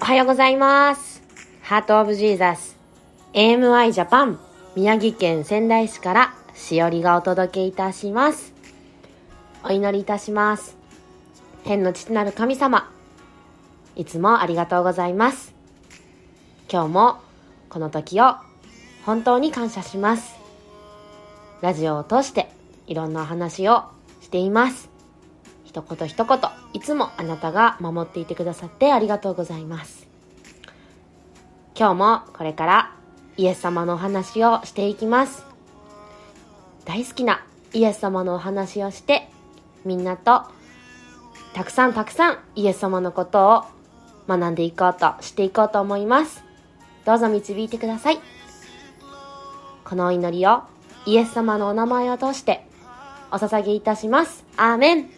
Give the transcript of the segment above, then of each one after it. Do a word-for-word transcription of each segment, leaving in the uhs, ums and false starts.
はようございます。ハートオブジーザス エーエムアイ ジャパン宮城県仙台市からしおりがお届けいたします。お祈りいたします。天の父なる神様、いつもありがとうございます。今日もこの時を本当に感謝します。ラジオを通していろんなお話をしています。一言一言いつもあなたが守っていてくださってありがとうございます。今日もこれからイエス様のお話をしていきます。大好きなイエス様のお話をしてみんなとたくさんたくさんイエス様のことを学んでいこうとしていこうと思います。どうぞ導いてください。このお祈りをイエス様のお名前を通してお捧げいたします。アーメン。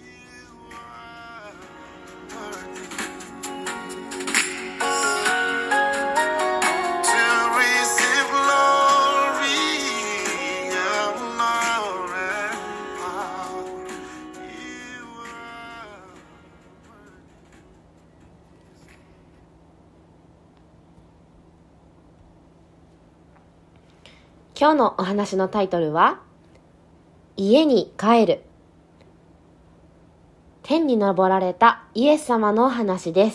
今日のお話のタイトルは家に帰る。天に昇られたイエス様のお話です。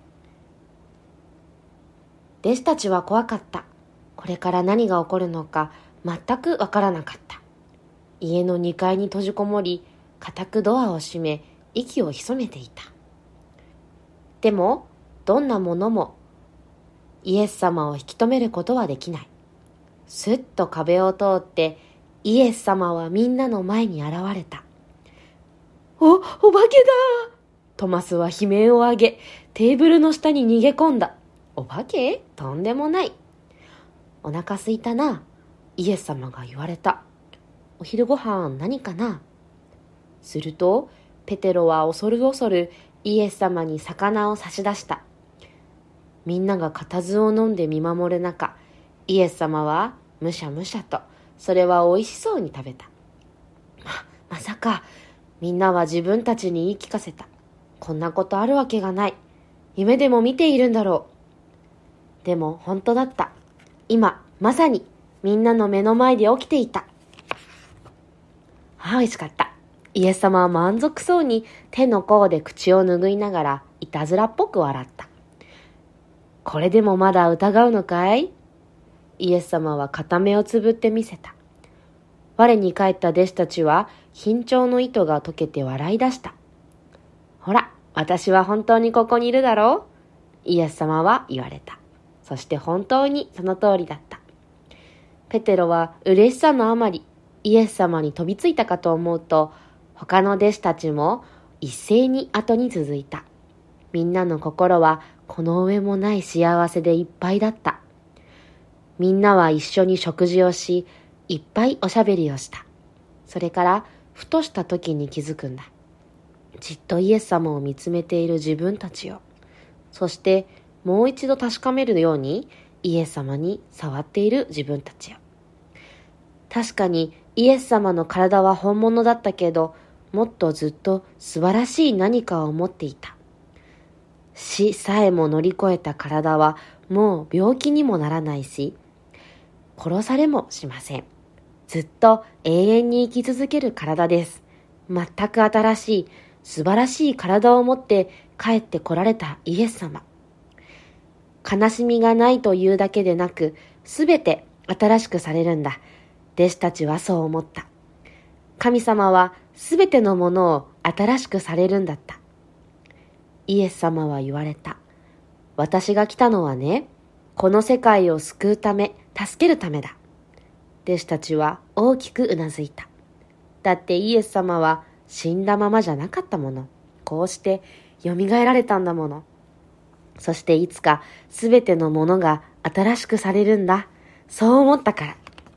弟子たちは怖かった。これから何が起こるのか全くわからなかった。家のにかいに閉じこもり、固くドアを閉め、息を潜めていた。でもどんなものもイエス様を引き止めることはできない。すっと壁を通ってイエス様はみんなの前に現れた。お、お化けだ！トマスは悲鳴を上げ、テーブルの下に逃げ込んだ。お化け？とんでもない。お腹すいたな、イエス様が言われた。お昼ご飯何かな？するとペテロは恐る恐るイエス様に魚を差し出した。みんなが固唾を飲んで見守る中、イエス様はむしゃむしゃとそれは美味しそうに食べた。ま、まさか。みんなは自分たちに言い聞かせた。こんなことあるわけがない。夢でも見ているんだろう。でも本当だった。今まさにみんなの目の前で起きていた。ああ、美味しかった。イエス様は満足そうに手の甲で口を拭いながらいたずらっぽく笑った。これでもまだ疑うのかい？イエス様は片目をつぶってみせた。我に帰った弟子たちは緊張の糸が解けて笑い出した。ほら、私は本当にここにいるだろう？イエス様は言われた。そして本当にその通りだった。ペテロは嬉しさのあまりイエス様に飛びついたかと思うと、他の弟子たちも一斉に後に続いた。みんなの心はこの上もない幸せでいっぱいだった。みんなは一緒に食事をし、いっぱいおしゃべりをした。それからふとした時に気づくんだ。じっとイエス様を見つめている自分たちを、そしてもう一度確かめるようにイエス様に触っている自分たちを。確かにイエス様の体は本物だったけど、もっとずっと素晴らしい何かを持っていた。死さえも乗り越えた体はもう病気にもならないし、殺されもしません。ずっと永遠に生き続ける体です。全く新しい素晴らしい体を持って帰ってこられたイエス様。悲しみがないというだけでなく、すべて新しくされるんだ。弟子たちはそう思った。神様はすべてのものを新しくされるんだった。イエス様は言われた。私が来たのはね、この世界を救うため、助けるためだ。弟子たちは大きくうなずいた。だってイエス様は死んだままじゃなかったもの。こうして蘇られたんだもの。そしていつかすべてのものが新しくされるんだ。そう思ったから。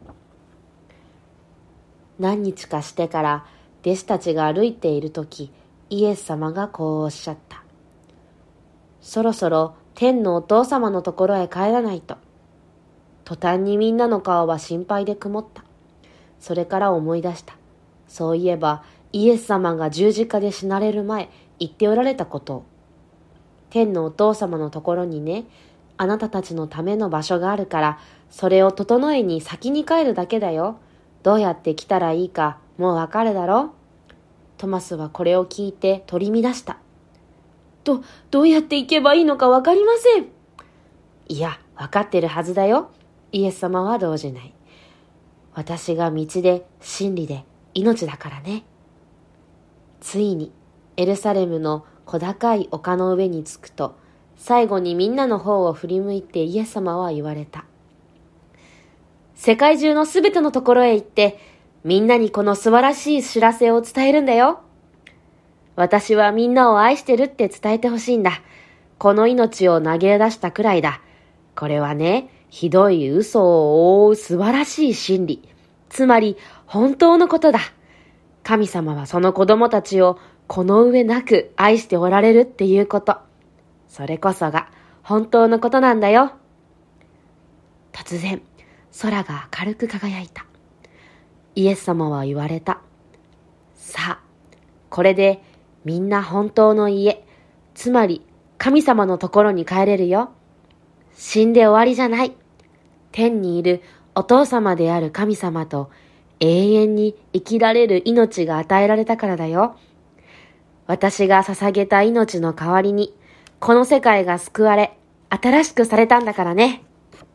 何日かしてから弟子たちが歩いているとき、イエス様がこうおっしゃった。そろそろ天のお父様のところへ帰らないと。途端にみんなの顔は心配で曇った。それから思い出した。そういえばイエス様が十字架で死なれる前言っておられたことを。 天のお父様のところにね、あなたたちのための場所があるから、それを整えに先に帰るだけだよ。どうやって来たらいいかもうわかるだろ。トマスはこれを聞いて取り乱した。ど、どうやって行けばいいのかわかりません。いや、わかってるはずだよ。イエス様は動じない。私が道で真理で命だからね。ついにエルサレムの小高い丘の上に着くと、最後にみんなの方を振り向いてイエス様は言われた。世界中のすべてのところへ行って、みんなにこの素晴らしい知らせを伝えるんだよ。私はみんなを愛してるって伝えてほしいんだ。この命を投げ出したくらいだ。これはね、ひどい嘘を覆う素晴らしい真理。つまり本当のことだ。神様はその子供たちをこの上なく愛しておられるっていうこと。それこそが本当のことなんだよ。突然、空が明るく輝いた。イエス様は言われた。さあ、これでみんな本当の家、つまり神様のところに帰れるよ。死んで終わりじゃない。天にいるお父様である神様と永遠に生きられる命が与えられたからだよ。私が捧げた命の代わりに、この世界が救われ、新しくされたんだからね。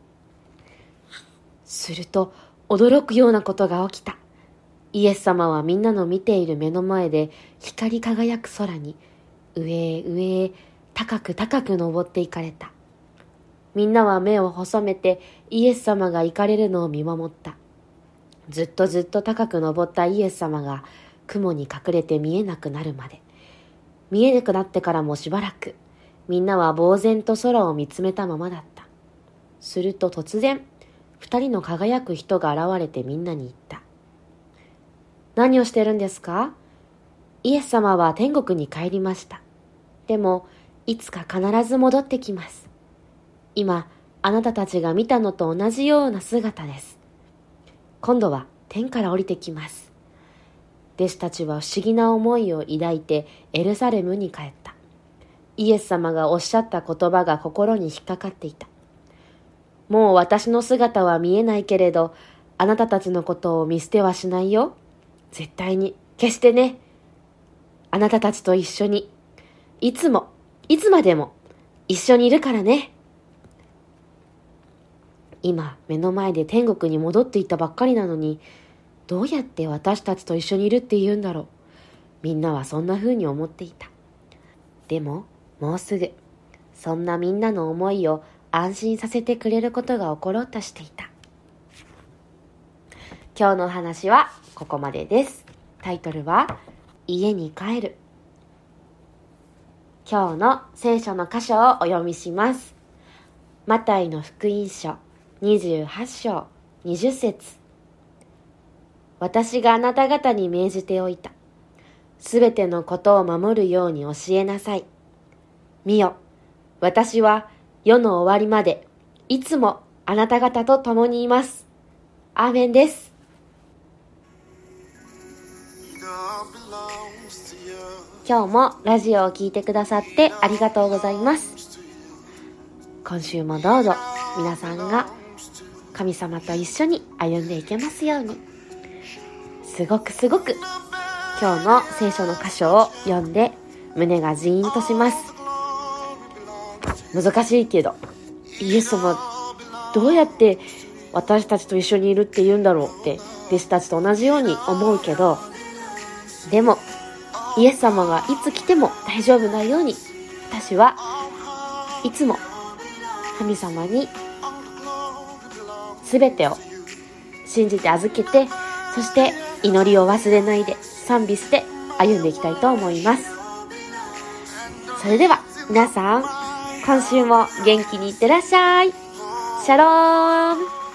すると、驚くようなことが起きた。イエス様はみんなの見ている目の前で、光り輝く空に、上へ上へ高く高く登っていかれた。みんなは目を細めて、イエス様が行かれるのを見守った。ずっとずっと高く登ったイエス様が、雲に隠れて見えなくなるまで。見えなくなってからもしばらく、みんなは呆然と空を見つめたままだった。すると突然、二人の輝く人が現れてみんなに言った。何をしてるんですか？イエス様は天国に帰りました。でも、いつか必ず戻ってきます。今、あなたたちが見たのと同じような姿です。今度は天から降りてきます。弟子たちは不思議な思いを抱いてエルサレムに帰った。イエス様がおっしゃった言葉が心に引っかかっていた。もう私の姿は見えないけれど、あなたたちのことを見捨てはしないよ。絶対に、決してね。あなたたちと一緒に、いつも、いつまでも、一緒にいるからね。今、目の前で天国に戻っていったばっかりなのに、どうやって私たちと一緒にいるって言うんだろう。みんなはそんな風に思っていた。でも、もうすぐ、そんなみんなの思いを安心させてくれることが起ころうとしていた。今日のお話はここまでです。タイトルは、家に帰る。今日の聖書の箇所をお読みします。マタイの福音書にじゅうはち章にじゅっ節。私があなた方に命じておいた。すべてのことを守るように教えなさい。見よ、私は世の終わりまでいつもあなた方と共にいます。アーメンです。今日もラジオを聞いてくださってありがとうございます。今週もどうぞ皆さんが神様と一緒に歩んでいけますように。すごくすごく今日の聖書の箇所を読んで胸がジーンとします。難しいけど、イエス様どうやって私たちと一緒にいるって言うんだろうって弟子たちと同じように思うけど、でもイエス様がいつ来ても大丈夫なように、私はいつも神様にすべてを信じて預けて、そして祈りを忘れないで賛美して歩んでいきたいと思います。それでは皆さん、今週も元気にいってらっしゃい。シャローム。